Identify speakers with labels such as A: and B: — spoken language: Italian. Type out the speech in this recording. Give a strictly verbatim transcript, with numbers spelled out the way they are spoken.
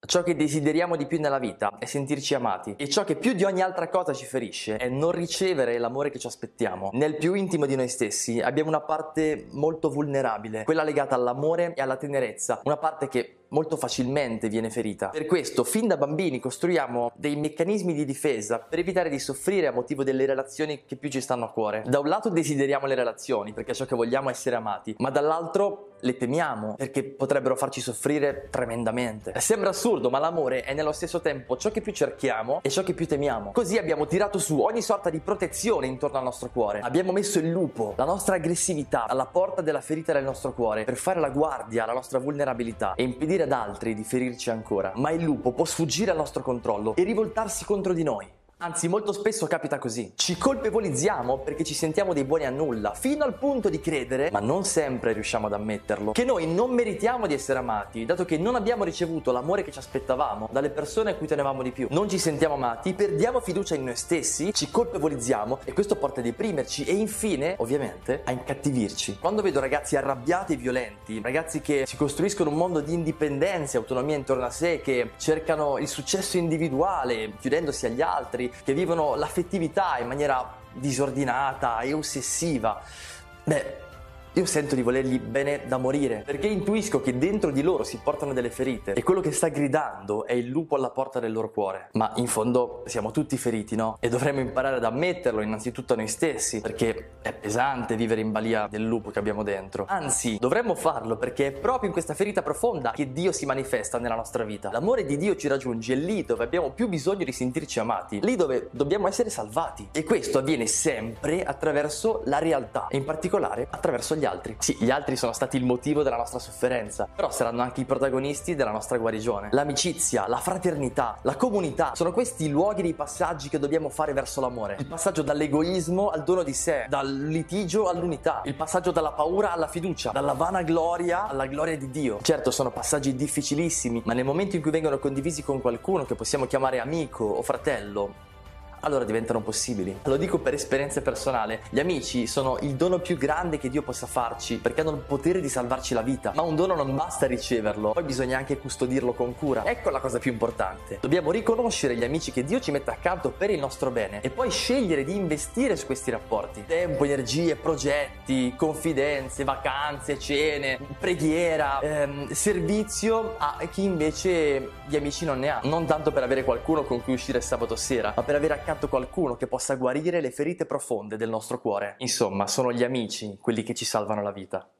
A: Ciò che desideriamo di più nella vita è sentirci amati e ciò che più di ogni altra cosa ci ferisce è non ricevere l'amore che ci aspettiamo. Nel più intimo di noi stessi abbiamo una parte molto vulnerabile, quella legata all'amore e alla tenerezza, una parte che molto facilmente viene ferita. Per questo, fin da bambini costruiamo dei meccanismi di difesa per evitare di soffrire a motivo delle relazioni che più ci stanno a cuore. Da un lato desideriamo le relazioni, perché ciò che vogliamo è essere amati, ma dall'altro le temiamo, perché potrebbero farci soffrire tremendamente. Sembra assurdo, ma l'amore è nello stesso tempo ciò che più cerchiamo e ciò che più temiamo. Così abbiamo tirato su ogni sorta di protezione intorno al nostro cuore. Abbiamo messo il lupo, la nostra aggressività, alla porta della ferita del nostro cuore, per fare la guardia alla nostra vulnerabilità e impedire ad altri di ferirci ancora. Ma il lupo può sfuggire al nostro controllo e rivoltarsi contro di noi. Anzi, molto spesso capita così. Ci colpevolizziamo perché ci sentiamo dei buoni a nulla, fino al punto di credere, ma non sempre riusciamo ad ammetterlo, che noi non meritiamo di essere amati, dato che non abbiamo ricevuto l'amore che ci aspettavamo dalle persone a cui tenevamo di più. Non ci sentiamo amati, perdiamo fiducia in noi stessi, ci colpevolizziamo e questo porta a deprimerci e infine, ovviamente, a incattivirci. Quando vedo ragazzi arrabbiati e violenti, ragazzi che si costruiscono un mondo di indipendenza e autonomia intorno a sé, che cercano il successo individuale, chiudendosi agli altri, che vivono l'affettività in maniera disordinata e ossessiva, beh, io sento di volergli bene da morire, perché intuisco che dentro di loro si portano delle ferite e quello che sta gridando è il lupo alla porta del loro cuore. Ma in fondo siamo tutti feriti, no? E dovremmo imparare ad ammetterlo innanzitutto a noi stessi, perché è pesante vivere in balia del lupo che abbiamo dentro. Anzi, dovremmo farlo perché è proprio in questa ferita profonda che Dio si manifesta nella nostra vita. L'amore di Dio ci raggiunge lì dove abbiamo più bisogno di sentirci amati, lì dove dobbiamo essere salvati. E questo avviene sempre attraverso la realtà, e in particolare attraverso gli altri. Sì, gli altri sono stati il motivo della nostra sofferenza, però saranno anche i protagonisti della nostra guarigione. L'amicizia, la fraternità, la comunità sono questi i luoghi dei passaggi che dobbiamo fare verso l'amore. Il passaggio dall'egoismo al dono di sé, dal litigio all'unità, il passaggio dalla paura alla fiducia, dalla vanagloria alla gloria di Dio. Certo, sono passaggi difficilissimi, ma nel momento in cui vengono condivisi con qualcuno che possiamo chiamare amico o fratello, allora diventano possibili. Lo dico per esperienza personale, gli amici sono il dono più grande che Dio possa farci, perché hanno il potere di salvarci la vita, ma un dono non basta riceverlo, poi bisogna anche custodirlo con cura. Ecco la cosa più importante: dobbiamo riconoscere gli amici che Dio ci mette accanto per il nostro bene e poi scegliere di investire su questi rapporti. Tempo, energie, progetti, confidenze, vacanze, cene, preghiera, ehm, servizio a chi invece gli amici non ne ha. Non tanto per avere qualcuno con cui uscire sabato sera, ma per avere accanto qualcuno che possa guarire le ferite profonde del nostro cuore. Insomma, sono gli amici quelli che ci salvano la vita.